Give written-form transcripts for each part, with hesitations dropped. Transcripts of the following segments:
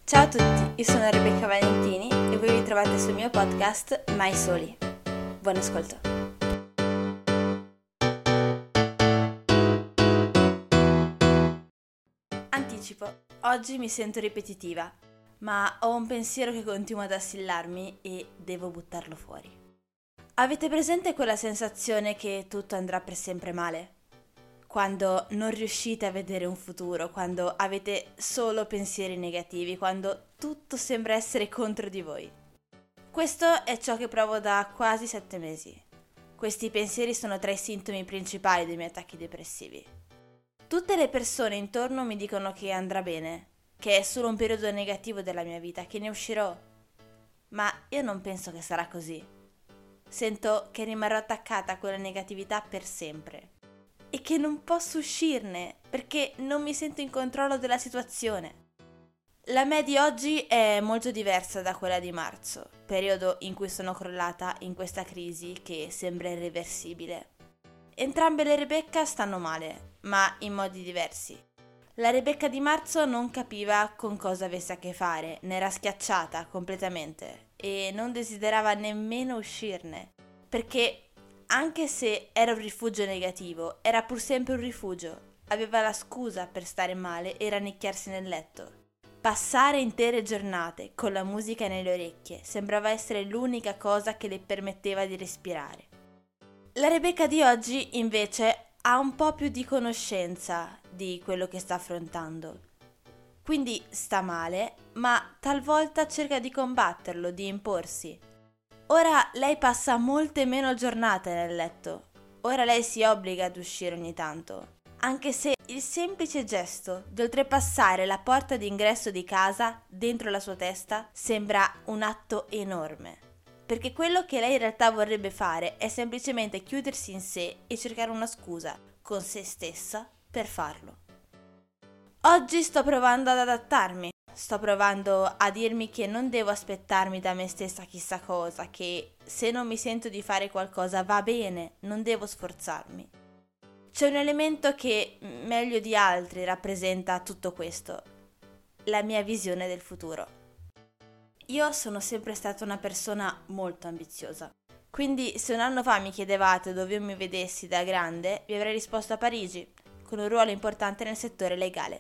Ciao a tutti, io sono Rebecca Valentini e voi vi trovate sul mio podcast Mai Soli. Buon ascolto. Anticipo, oggi mi sento ripetitiva, ma ho un pensiero che continua ad assillarmi e devo buttarlo fuori. Avete presente quella sensazione che tutto andrà per sempre male? Quando non riuscite a vedere un futuro, quando avete solo pensieri negativi, quando tutto sembra essere contro di voi. Questo è ciò che provo da quasi 7 mesi. Questi pensieri sono tra i sintomi principali dei miei attacchi depressivi. Tutte le persone intorno mi dicono che andrà bene, che è solo un periodo negativo della mia vita, che ne uscirò. Ma io non penso che sarà così. Sento che rimarrò attaccata a quella negatività per sempre. E che non posso uscirne perché non mi sento in controllo della situazione. La me di oggi è molto diversa da quella di marzo, periodo in cui sono crollata in questa crisi che sembra irreversibile. Entrambe le Rebecca stanno male, ma in modi diversi. La Rebecca di marzo non capiva con cosa avesse a che fare, ne era schiacciata completamente e non desiderava nemmeno uscirne, perché anche se era un rifugio negativo, era pur sempre un rifugio. Aveva la scusa per stare male e rannicchiarsi nel letto. Passare intere giornate con la musica nelle orecchie sembrava essere l'unica cosa che le permetteva di respirare. La Rebecca di oggi, invece, ha un po' più di conoscenza di quello che sta affrontando. Quindi sta male, ma talvolta cerca di combatterlo, di imporsi. Ora lei passa molte meno giornate nel letto. Ora lei si obbliga ad uscire ogni tanto. Anche se il semplice gesto di oltrepassare la porta d'ingresso di casa dentro la sua testa sembra un atto enorme. Perché quello che lei in realtà vorrebbe fare è semplicemente chiudersi in sé e cercare una scusa con se stessa per farlo. Oggi sto provando ad adattarmi. Sto provando a dirmi che non devo aspettarmi da me stessa chissà cosa, che se non mi sento di fare qualcosa va bene, non devo sforzarmi. C'è un elemento che meglio di altri rappresenta tutto questo, la mia visione del futuro. Io sono sempre stata una persona molto ambiziosa, quindi se un anno fa mi chiedevate dove io mi vedessi da grande, vi avrei risposto a Parigi, con un ruolo importante nel settore legale.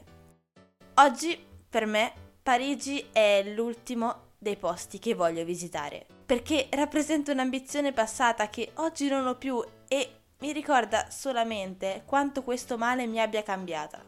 Oggi, per me, Parigi è l'ultimo dei posti che voglio visitare, perché rappresenta un'ambizione passata che oggi non ho più e mi ricorda solamente quanto questo male mi abbia cambiata.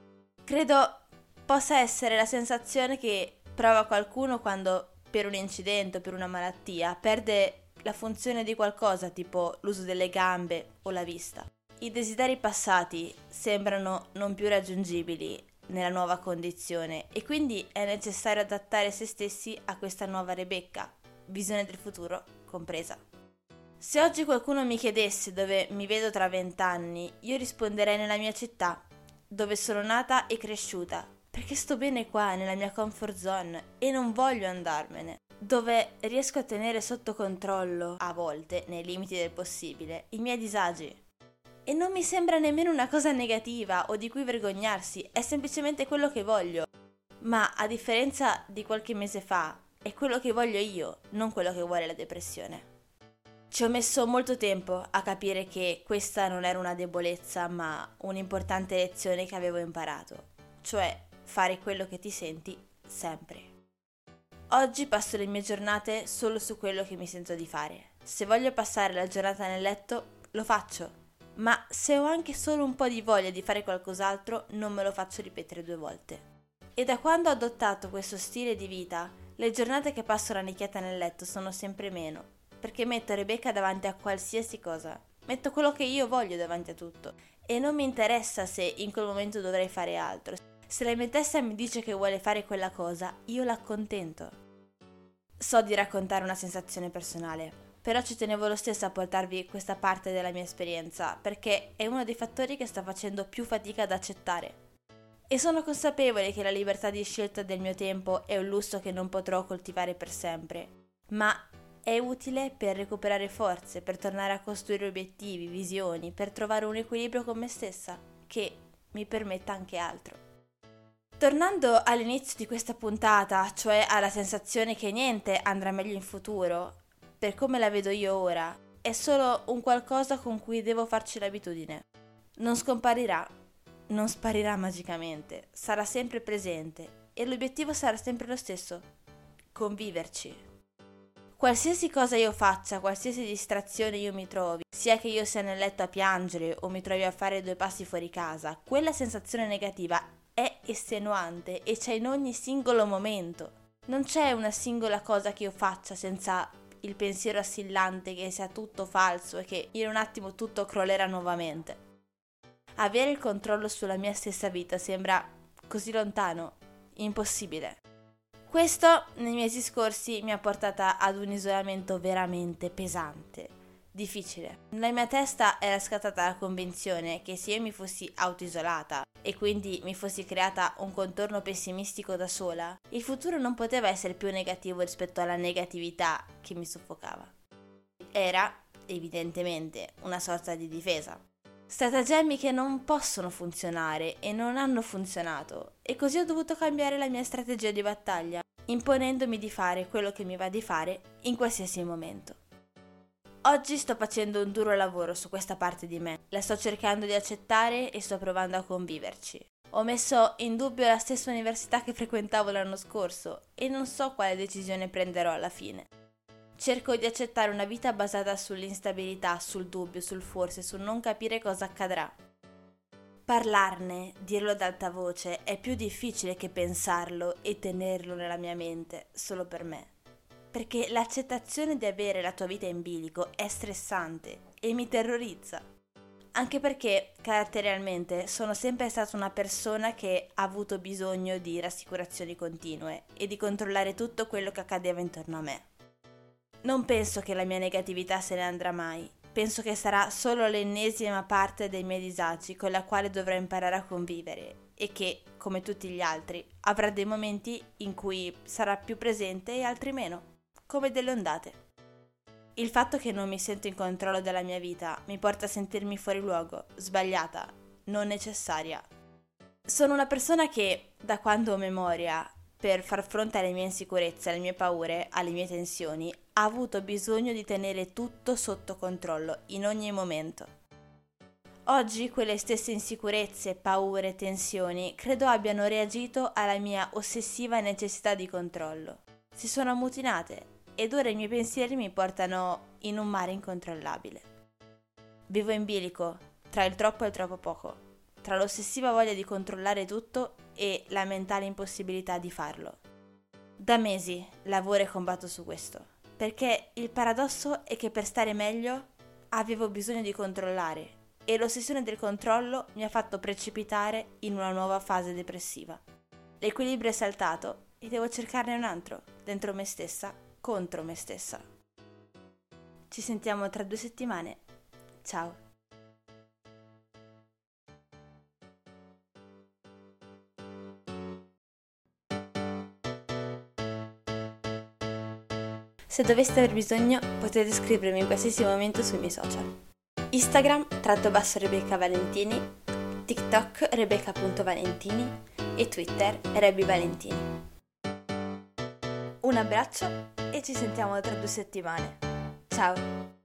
Credo possa essere la sensazione che prova qualcuno quando per un incidente o per una malattia perde la funzione di qualcosa, tipo l'uso delle gambe o la vista. I desideri passati sembrano non più raggiungibili nella nuova condizione e quindi è necessario adattare se stessi a questa nuova Rebecca, visione del futuro compresa. Se oggi qualcuno mi chiedesse dove mi vedo tra 20 anni, io risponderei nella mia città, dove sono nata e cresciuta, perché sto bene qua nella mia comfort zone e non voglio andarmene, dove riesco a tenere sotto controllo, a volte, nei limiti del possibile, i miei disagi. E non mi sembra nemmeno una cosa negativa o di cui vergognarsi, è semplicemente quello che voglio. Ma a differenza di qualche mese fa, è quello che voglio io, non quello che vuole la depressione. Ci ho messo molto tempo a capire che questa non era una debolezza, ma un'importante lezione che avevo imparato, cioè fare quello che ti senti sempre. Oggi passo le mie giornate solo su quello che mi sento di fare. Se voglio passare la giornata nel letto, lo faccio. Ma se ho anche solo un po' di voglia di fare qualcos'altro, non me lo faccio ripetere 2 volte. E da quando ho adottato questo stile di vita, le giornate che passo rannicchiata nel letto sono sempre meno, perché metto Rebecca davanti a qualsiasi cosa. Metto quello che io voglio davanti a tutto. E non mi interessa se in quel momento dovrei fare altro. Se la mia testa mi dice che vuole fare quella cosa, io l'accontento. So di raccontare una sensazione personale, però ci tenevo lo stesso a portarvi questa parte della mia esperienza, perché è uno dei fattori che sta facendo più fatica ad accettare. E sono consapevole che la libertà di scelta del mio tempo è un lusso che non potrò coltivare per sempre, ma è utile per recuperare forze, per tornare a costruire obiettivi, visioni, per trovare un equilibrio con me stessa, che mi permetta anche altro. Tornando all'inizio di questa puntata, cioè alla sensazione che niente andrà meglio in futuro, per come la vedo io ora, è solo un qualcosa con cui devo farci l'abitudine. Non scomparirà, non sparirà magicamente, sarà sempre presente e l'obiettivo sarà sempre lo stesso: conviverci. Qualsiasi cosa io faccia, qualsiasi distrazione io mi trovi, sia che io sia nel letto a piangere o mi trovi a fare 2 passi fuori casa, quella sensazione negativa è estenuante e c'è in ogni singolo momento. Non c'è una singola cosa che io faccia senza il pensiero assillante che sia tutto falso e che in un attimo tutto crollerà nuovamente. Avere il controllo sulla mia stessa vita sembra così lontano, impossibile. Questo nei mesi scorsi mi ha portata ad un isolamento veramente pesante. Difficile. Nella mia testa era scattata la convinzione che se io mi fossi autoisolata e quindi mi fossi creata un contorno pessimistico da sola, il futuro non poteva essere più negativo rispetto alla negatività che mi soffocava. Era, evidentemente, una sorta di difesa. Stratagemmi che non possono funzionare e non hanno funzionato, e così ho dovuto cambiare la mia strategia di battaglia, imponendomi di fare quello che mi va di fare in qualsiasi momento. Oggi sto facendo un duro lavoro su questa parte di me, la sto cercando di accettare e sto provando a conviverci. Ho messo in dubbio la stessa università che frequentavo l'anno scorso e non so quale decisione prenderò alla fine. Cerco di accettare una vita basata sull'instabilità, sul dubbio, sul forse, sul non capire cosa accadrà. Parlarne, dirlo ad alta voce, è più difficile che pensarlo e tenerlo nella mia mente, solo per me. Perché l'accettazione di avere la tua vita in bilico è stressante e mi terrorizza. Anche perché, caratterialmente, sono sempre stata una persona che ha avuto bisogno di rassicurazioni continue e di controllare tutto quello che accadeva intorno a me. Non penso che la mia negatività se ne andrà mai. Penso che sarà solo l'ennesima parte dei miei disagi con la quale dovrò imparare a convivere e che, come tutti gli altri, avrà dei momenti in cui sarà più presente e altri meno, come delle ondate. Il fatto che non mi sento in controllo della mia vita mi porta a sentirmi fuori luogo, sbagliata, non necessaria. Sono una persona che, da quando ho memoria, per far fronte alle mie insicurezze, alle mie paure, alle mie tensioni, ha avuto bisogno di tenere tutto sotto controllo, in ogni momento. Oggi quelle stesse insicurezze, paure, tensioni, credo abbiano reagito alla mia ossessiva necessità di controllo. Si sono ammutinate ed ora i miei pensieri mi portano in un mare incontrollabile. Vivo in bilico, tra il troppo e il troppo poco, tra l'ossessiva voglia di controllare tutto e la mentale impossibilità di farlo. Da mesi lavoro e combatto su questo, perché il paradosso è che per stare meglio avevo bisogno di controllare e l'ossessione del controllo mi ha fatto precipitare in una nuova fase depressiva. L'equilibrio è saltato e devo cercarne un altro, dentro me stessa, contro me stessa. Ci sentiamo tra 2 settimane. Ciao. Se doveste aver bisogno, potete scrivermi in qualsiasi momento sui miei social. Instagram _Rebecca Valentini, TikTok Rebecca.Valentini e Twitter Rebby Valentini. Un abbraccio e ci sentiamo tra 2 settimane. Ciao!